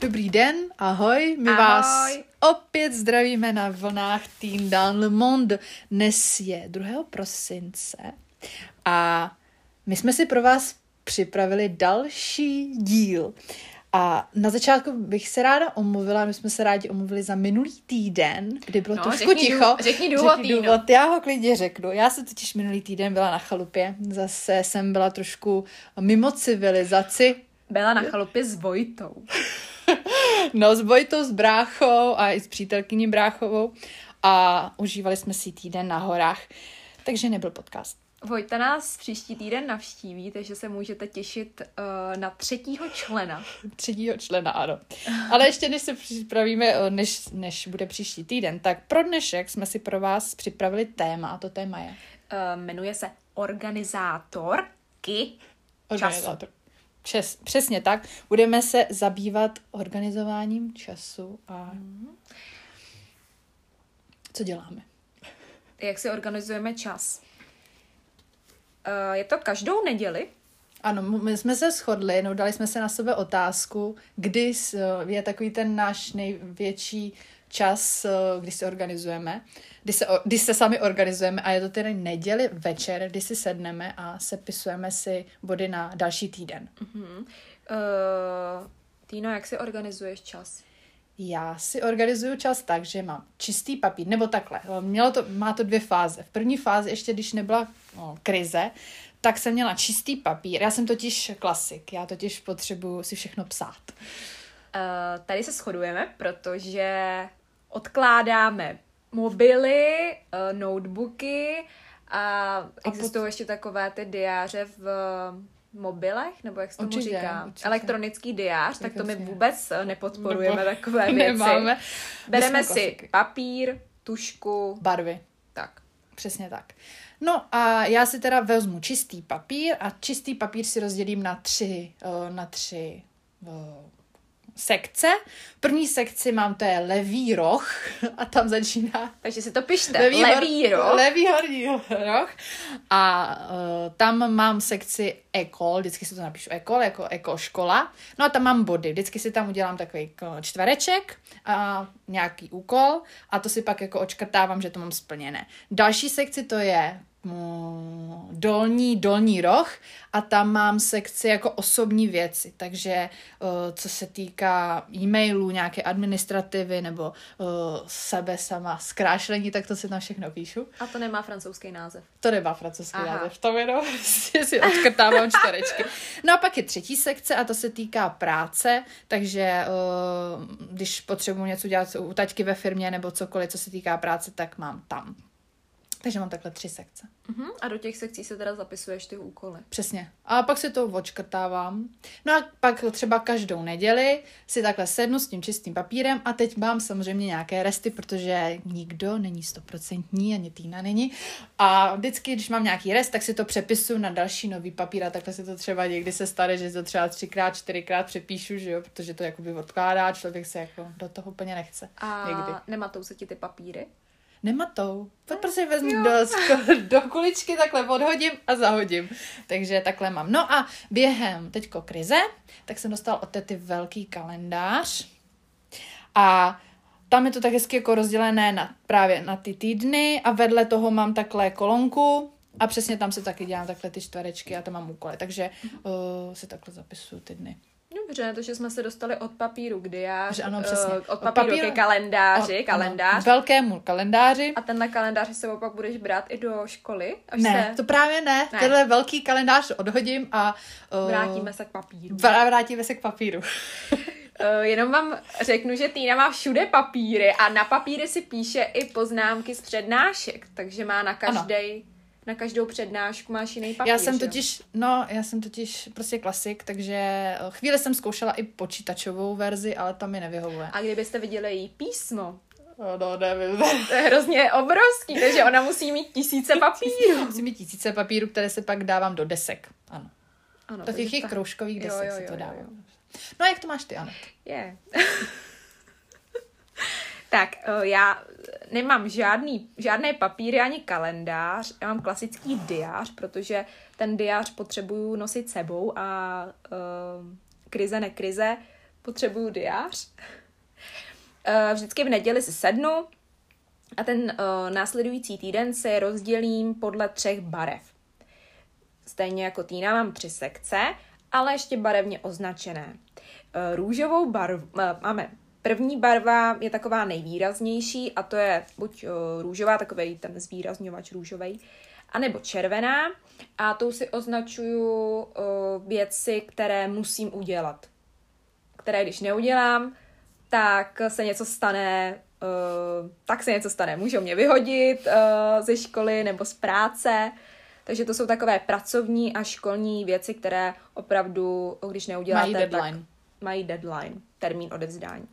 Dobrý den, ahoj, my ahoj. Vás opět zdravíme na vlnách Teen dans le monde. Dnes je 2. prosince a my jsme si pro vás připravili další díl. A na začátku bych se ráda omluvila, my jsme se rádi omluvili za minulý týden, kdy bylo trošku ticho. Řekni důvod. Já ho klidně řeknu. Já jsem totiž minulý týden byla na chalupě, zase jsem byla trošku mimo civilizaci. Byla na chalupě s Vojtou. No, s Vojtou, s bráchou a i s přítelkyní bráchovou a užívali jsme si týden na horách, takže nebyl podcast. Vojta nás příští týden navštíví, takže se můžete těšit na 3. člena. 3. člena, ano. Ale ještě než se připravíme, než bude příští týden, tak pro dnešek jsme si pro vás připravili téma a to téma je? Jmenuje se organizátorky času. Přesně tak. Budeme se zabývat organizováním času a co děláme? Jak si organizujeme čas? Je to každou neděli? Ano, my jsme se shodli, dali jsme se na sebe otázku, kdy je takový ten náš největší čas, kdy se organizujeme, kdy se sami organizujeme a je to tedy neděli večer, kdy si sedneme a sepisujeme si body na další týden. Týno, jak si organizuješ čas? Já si organizuju čas tak, že mám čistý papír, nebo takhle. Má to 2 fáze. V první fázi, ještě když nebyla krize, tak jsem měla čistý papír. Já jsem totiž klasik, já totiž potřebuji si všechno psát. Tady se shodujeme, protože odkládáme mobily, notebooky a existují ještě takové ty diáře v mobilech, nebo jak se tomu říká? Určitě. Elektronický diář, tak to my vůbec nepodporujeme takové věci. Nemáme. Bereme si papír, tužku. Barvy. Tak. Přesně tak. No a já si teda vezmu čistý papír a čistý papír si rozdělím na tři sekce. V první sekci mám, to je levý roh a tam začíná. Takže si to pište. Levý roh. Levý horní roh. A tam mám sekci ekol, vždycky si to napíšu ekol, jako ekoškola. No a tam mám body, vždycky si tam udělám takový čtvereček a nějaký úkol a to si pak jako očkrtávám, že to mám splněné. Další sekci to je dolní roh a tam mám sekci jako osobní věci, takže co se týká e-mailů, nějaké administrativy nebo sebe sama zkrášlení, tak to si tam všechno píšu. A to nemá francouzský název. To nemá francouzský název, to jenom si odškrtávám čtverečky. No a pak je třetí sekce a to se týká práce, takže když potřebuji něco dělat u taťky ve firmě nebo cokoliv, co se týká práce, tak mám tam. Takže mám takhle 3 sekce. A do těch sekcí se teda zapisuješ ty úkoly. Přesně. A pak si to odškrtávám. No a pak třeba každou neděli si takhle sednu s tím čistým papírem a teď mám samozřejmě nějaké resty, protože nikdo není 100%, ani Týna není. A vždycky, když mám nějaký rest, tak si to přepisuju na další nový papír a takhle si to třeba někdy se stane, že to třeba 3x, 4x přepíšu, že jo, protože to jakoby odkládá, člověk se jako do toho úplně nechce. A někdy. Nematou se ti ty papíry? Nematou. To prostě vezmu do kuličky, takhle odhodím a zahodím. Takže takhle mám. No a během teďko krize, tak jsem dostal od tety velký kalendář a tam je to tak hezky jako rozdělené právě na ty týdny a vedle toho mám takhle kolonku a přesně tam si taky dělám takhle ty čtverečky a tam mám úkoly. Takže si takhle zapisuju ty dny. Dobře, to, že jsme se dostali od papíru k diáři, ano, přesně. Od papíru ke kalendáři, kalendář. Velkému kalendáři. A tenhle kalendář se opak budeš brát i do školy? To právě ne. Tenhle velký kalendář odhodím a vrátíme se k papíru. Vrátíme se k papíru. Jenom vám řeknu, že Týna má všude papíry a na papíry si píše i poznámky z přednášek, takže má na každou přednášku máš jiný papír. Já jsem totiž prostě klasik, takže chvíli jsem zkoušela i počítačovou verzi, ale to mi nevyhovuje. A kdybyste viděli její písmo? No, nevím. To je hrozně obrovský, takže ona musí mít 1000 papírů. Musí mít 1000 papírů, které se pak dávám do desek. Ano. Do těch kroužkových desek se to dává. No a jak to máš ty, Anet? Tak, já nemám žádné papíry ani kalendář, já mám klasický diář, protože ten diář potřebuju nosit sebou a krize nekrize potřebuju diář. Vždycky v neděli si sednu a ten následující týden si rozdělím podle 3 barev. Stejně jako Týna mám 3 sekce, ale ještě barevně označené. Růžovou barvu máme. První barva je taková nejvýraznější a to je buď růžová, takovej ten zvýrazňovač růžovej, anebo červená a tou si označuju věci, které musím udělat. Které když neudělám, tak se něco stane, můžou mě vyhodit ze školy nebo z práce. Takže to jsou takové pracovní a školní věci, které opravdu, když neuděláte, mají deadline, termín odevzdání.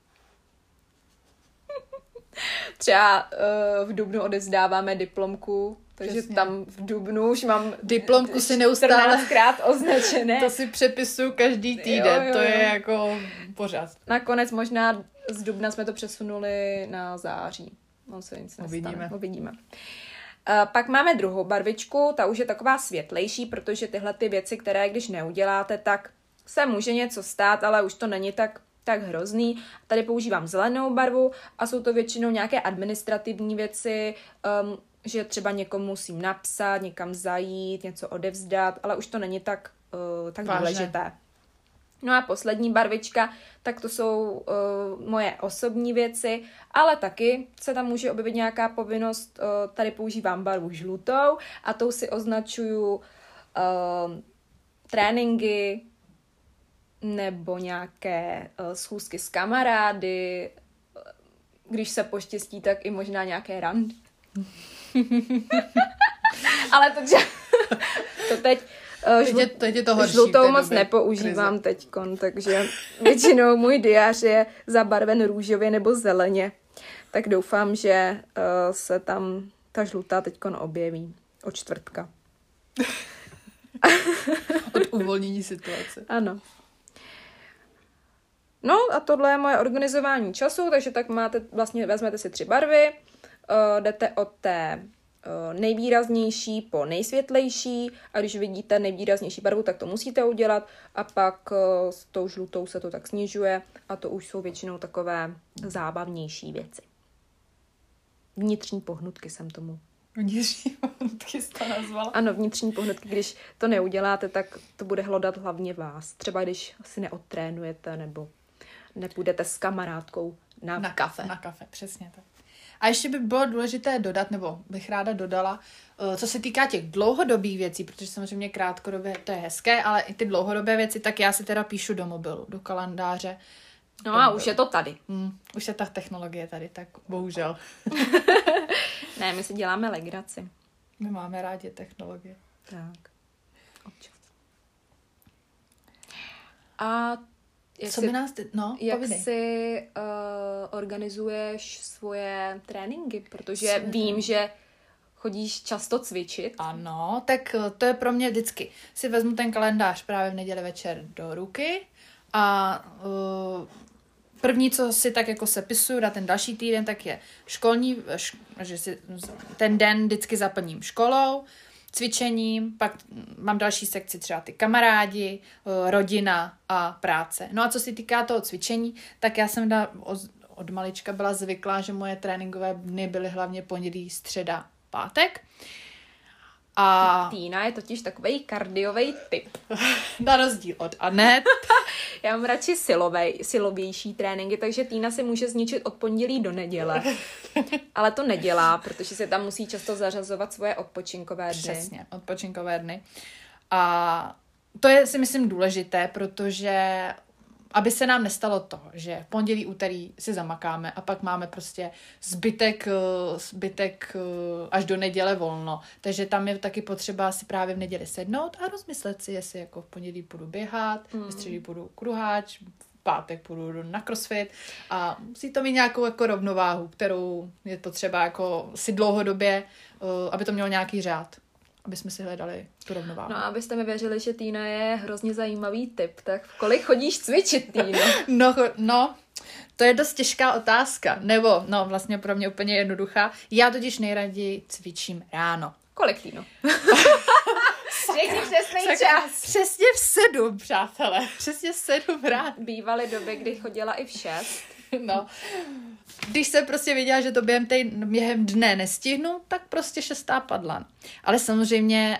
Třeba v dubnu odevzdáváme diplomku, takže přesně. Tam v dubnu už mám diplomku si neustále 14krát označené. To si přepisuju každý týden, jo. To je jako pořád. Nakonec možná z dubna jsme to přesunuli na září. On se nic nestane. Uvidíme. Pak máme druhou barvičku, ta už je taková světlejší, protože tyhle ty věci, které když neuděláte, tak se může něco stát, ale už to není tak hrozný. Tady používám zelenou barvu a jsou to většinou nějaké administrativní věci, že třeba někomu musím napsat, někam zajít, něco odevzdat, ale už to není tak důležité. No a poslední barvička, tak to jsou moje osobní věci, ale taky se tam může objevit nějaká povinnost. Tady používám barvu žlutou a tou si označuju tréninky nebo nějaké schůzky s kamarády, když se poštěstí, tak i možná nějaké randy. Ale to teď žlutou moc nepoužívám teďkon, takže většinou můj diář je zabarven růžově nebo zeleně. Tak doufám, že se tam ta žlutá teďkon objeví od čtvrtka. Od uvolnění situace. Ano. No a tohle je moje organizování času, takže tak vezmete si 3 barvy, jdete od té nejvýraznější po nejsvětlejší a když vidíte nejvýraznější barvu, tak to musíte udělat a pak s tou žlutou se to tak snižuje a to už jsou většinou takové zábavnější věci. Vnitřní pohnutky jsem tomu. Vnitřní pohnutky jste to nazvala? Ano, vnitřní pohnutky, když to neuděláte, tak to bude hlodat hlavně vás. Třeba když si neodtrénujete nebo nepůjdete s kamarádkou na kafe. Na kafe, přesně tak. A ještě by bylo důležité dodat, nebo bych ráda dodala, co se týká těch dlouhodobých věcí, protože samozřejmě krátkodobě to je hezké, ale i ty dlouhodobé věci, tak já si teda píšu do mobilu, do kalendáře. No a už je to tady. Už je ta technologie tady, tak bohužel. Ne, my si děláme legraci. My máme rádi technologie. Tak. Občas. A jak si organizuješ svoje tréninky? Protože vím, že chodíš často cvičit. Ano, tak to je pro mě vždycky. Si vezmu ten kalendář právě v neděli večer do ruky a první, co si tak jako sepisuju na ten další týden, tak je školní, že si ten den vždycky zaplním školou, cvičením, pak mám další sekci třeba ty kamarádi, rodina a práce. No a co se týká toho cvičení, tak já jsem od malička byla zvyklá, že moje tréninkové dny byly hlavně pondělí, středa, pátek. A Týna je totiž takovej kardiovej typ. Na rozdíl od Anet. Já mám radši silovější tréninky, takže Týna si může zničit od pondělí do neděle. Ale to nedělá, protože se tam musí často zařazovat svoje odpočinkové dny. Přesně, odpočinkové dny. A to je, si myslím, důležité, protože aby se nám nestalo to, že pondělí, úterý si zamakáme a pak máme prostě zbytek až do neděle volno. Takže tam je taky potřeba si právě v neděli sednout a rozmyslet si, jestli jako v pondělí půjdu běhat, ve středu půjdu kruháč, v pátek půjdu na crossfit a musí to mít nějakou jako rovnováhu, kterou je potřeba jako si dlouhodobě, aby to mělo nějaký řád. Aby jsme si hledali tu rovnováhu. No a abyste mi věřili, že Týna je hrozně zajímavý typ, tak v kolik chodíš cvičit, Týno? No, to je dost těžká otázka. Nebo, vlastně pro mě úplně jednoduchá. Já totiž nejraději cvičím ráno. Kolik, Týno? Řekni přesnej čas. čas. Přesně v 7, přátelé. Přesně v 7 ráno. Bývaly doby, kdy chodila i v 6. No. Když jsem prostě věděla, že to během dne nestihnu, tak prostě 6 padla. Ale samozřejmě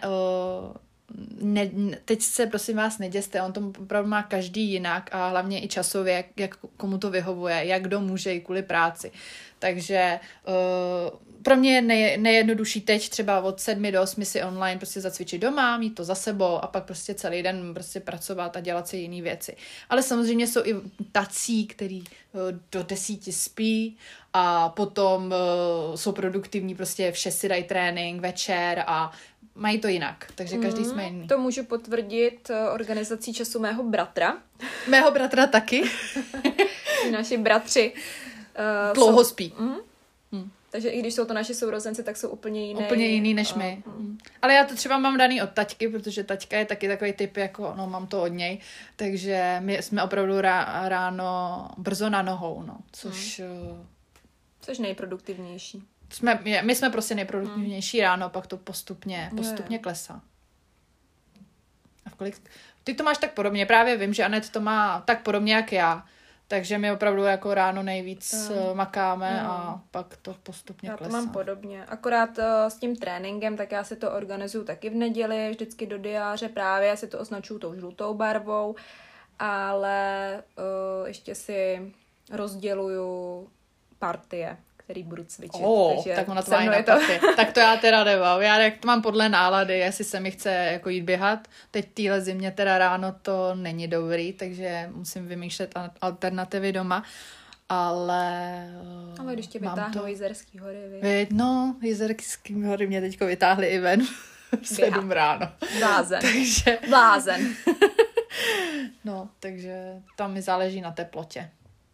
teď se prosím vás neděste, on to opravdu má každý jinak a hlavně i časově, jak komu to vyhovuje, jak kdo může i kvůli práci. Takže pro mě je nejjednodušší teď třeba od 7 do 8 si online prostě zacvičit doma, mít to za sebou a pak prostě celý den prostě pracovat a dělat si jiné věci. Ale samozřejmě jsou i tací, který do 10 spí a potom jsou produktivní, prostě v 6 si dají trénink, večer a mají to jinak, takže každý jsme jiný. To můžu potvrdit organizací času mého bratra. Mého bratra taky. Naši bratři dlouho spí. Takže i když jsou to naši sourozenci, tak jsou úplně jiný. Úplně jiný než my. Ale já to třeba mám daný od taťky, protože taťka je taky takový typ, jako, no mám to od něj, takže my jsme opravdu ráno brzo na nohou, no, což nejproduktivnější. My jsme prostě nejproduktivnější ráno, pak to postupně klesá. A v kolik... Ty to máš tak podobně, právě vím, že Anet to má tak podobně jak já, takže my opravdu jako ráno nejvíc makáme a pak to postupně klesá. Já to mám podobně, akorát s tím tréninkem, tak já si to organizuju taky v neděli, vždycky do diáře právě, já si to označuju tou žlutou barvou, ale ještě si rozděluju partie, který budu cvičit. Tak ona to má jiná partie. Tak to já teda nemám. Já jak to mám podle nálady, jestli se mi chce jako jít běhat. Teď téhle zimě teda ráno to není dobrý, takže musím vymýšlet alternativy doma. Ale když tě vytáhnou Jizerský hory, No, Jizerský hory mě teďko vytáhli i ven v 7 ráno. Blázen. No, takže tam mi záleží na teplotě.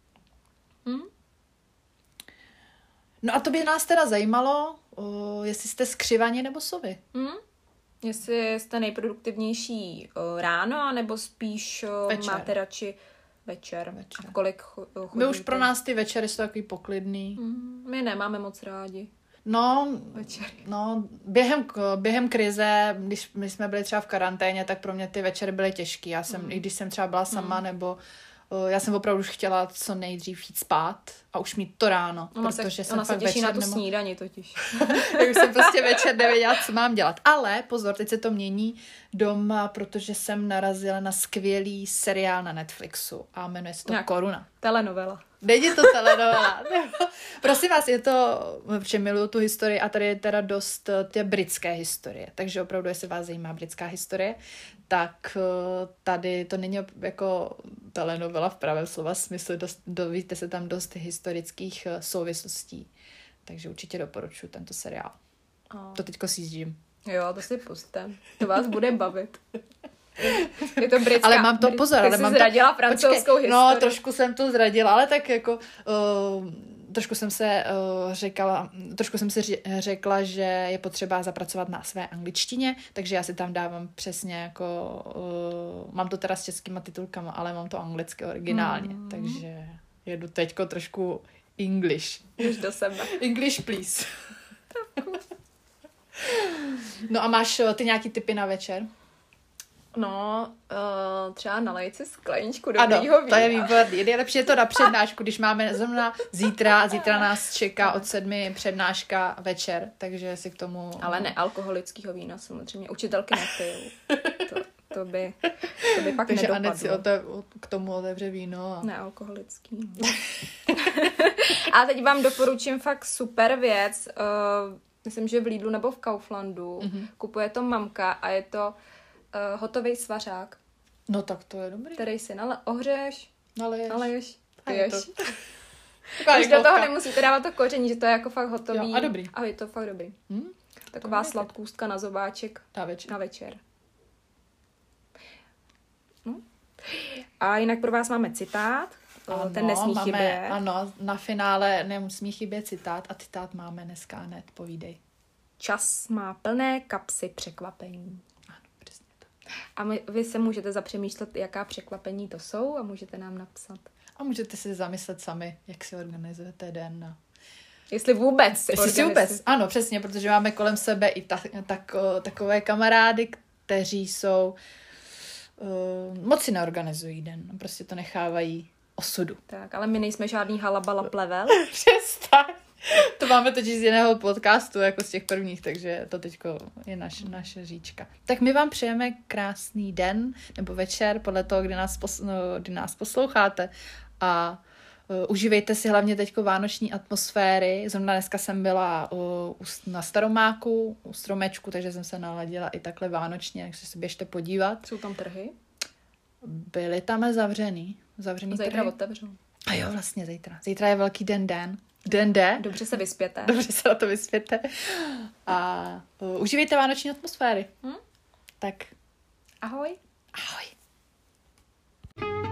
No a to by nás teda zajímalo, jestli jste skřivaně nebo sovy. Jestli jste nejproduktivnější ráno, nebo spíš máte radši večer. A kolik chodíte? My už pro nás ty večery jsou takový poklidný. My nemáme moc rádi. No, během krize, když my jsme byli třeba v karanténě, tak pro mě ty večery byly těžký. Já jsem, i když jsem třeba byla sama, nebo já jsem opravdu už chtěla co nejdřív jít spát a už mít to ráno, protože jsem fakt těší na tu snídani totiž. Já už jsem prostě večer nevěděla, co mám dělat. Ale pozor, teď se to mění doma, protože jsem narazila na skvělý seriál na Netflixu a jmenuje se to Koruna. Telenovela. Není to telenovela. Prosím vás, je to, protože miluju tu historii a tady je teda dost té britské historie, takže opravdu, jestli vás zajímá britská historie, tak tady to není jako telenovela v pravém slova smyslu, dovíte se tam dost historických souvislostí, takže určitě doporučuji tento seriál. To teďko sjíždím. Jo, to si pusťte. To vás bude bavit. Je to britská. Ale mám to pozor. Ty jsi zradila francouzskou historii. No, trošku jsem to zradila, ale tak jako trošku jsem si řekla, že je potřeba zapracovat na své angličtině, takže já si tam dávám přesně jako mám to teda s českýma titulkama, ale mám to anglicky originálně, takže jedu teďko trošku English. Už do sebe. English, please. No a máš ty nějaký tipy na večer? No, třeba nalejt si skleničku dobrýho vína. Ano, to je výborný. Nejlepší je to na přednášku, když máme zrovna zítra nás čeká od 7 přednáška večer, takže si k tomu... Ale nealkoholického vína samozřejmě, učitelky nepijou. To by pak takže nedopadlo. Takže Anet si k tomu otevře víno. A... Nealkoholický. A teď vám doporučím fakt super věc. Myslím, že v Lidlu nebo v Kauflandu. Kupuje to mamka a je to hotový svařák. No tak to je dobrý. Který si ohřeješ, naleješ, piješ. Už do toho nemusíte dávat to koření, že to je jako fakt hotový. Jo, a dobrý. A je to fakt dobrý. Taková sladkůstka na zobáček na večer. A jinak pro vás máme citát. Ano, ten nesmí chybět. Ano, na finále nemusí chybět citát a citát máme dneska, Anet, povídej. Čas má plné kapsy překvapení. Ano, přesně tak. A vy se můžete zapřemýšlet, jaká překvapení to jsou a můžete nám napsat. A můžete si zamyslet sami, jak si organizujete den. Jestli vůbec Ano, přesně, protože máme kolem sebe i takové kamarády, kteří jsou moc si neorganizují den. Prostě to nechávají osudu. Tak, ale my nejsme žádný halabala plevel. Přestaň. To máme totiž z jiného podcastu, jako z těch prvních, takže to teďko je naše říčka. Tak my vám přejeme krásný den nebo večer, podle toho, kdy nás posloucháte. A užívejte si hlavně teďko vánoční atmosféry. Zrovna dneska jsem byla na Staromáku, u stromečku, takže jsem se naladila i takhle vánočně, takže se běžte podívat. Jsou tam trhy? Byly tam zavřený Zítra otevřou. A jo, vlastně zítra. Zítra je velký den. Den D. Dobře se vyspěte. Dobře se na to vyspěte. A užívejte vánoční atmosféry. Tak. Ahoj. Ahoj.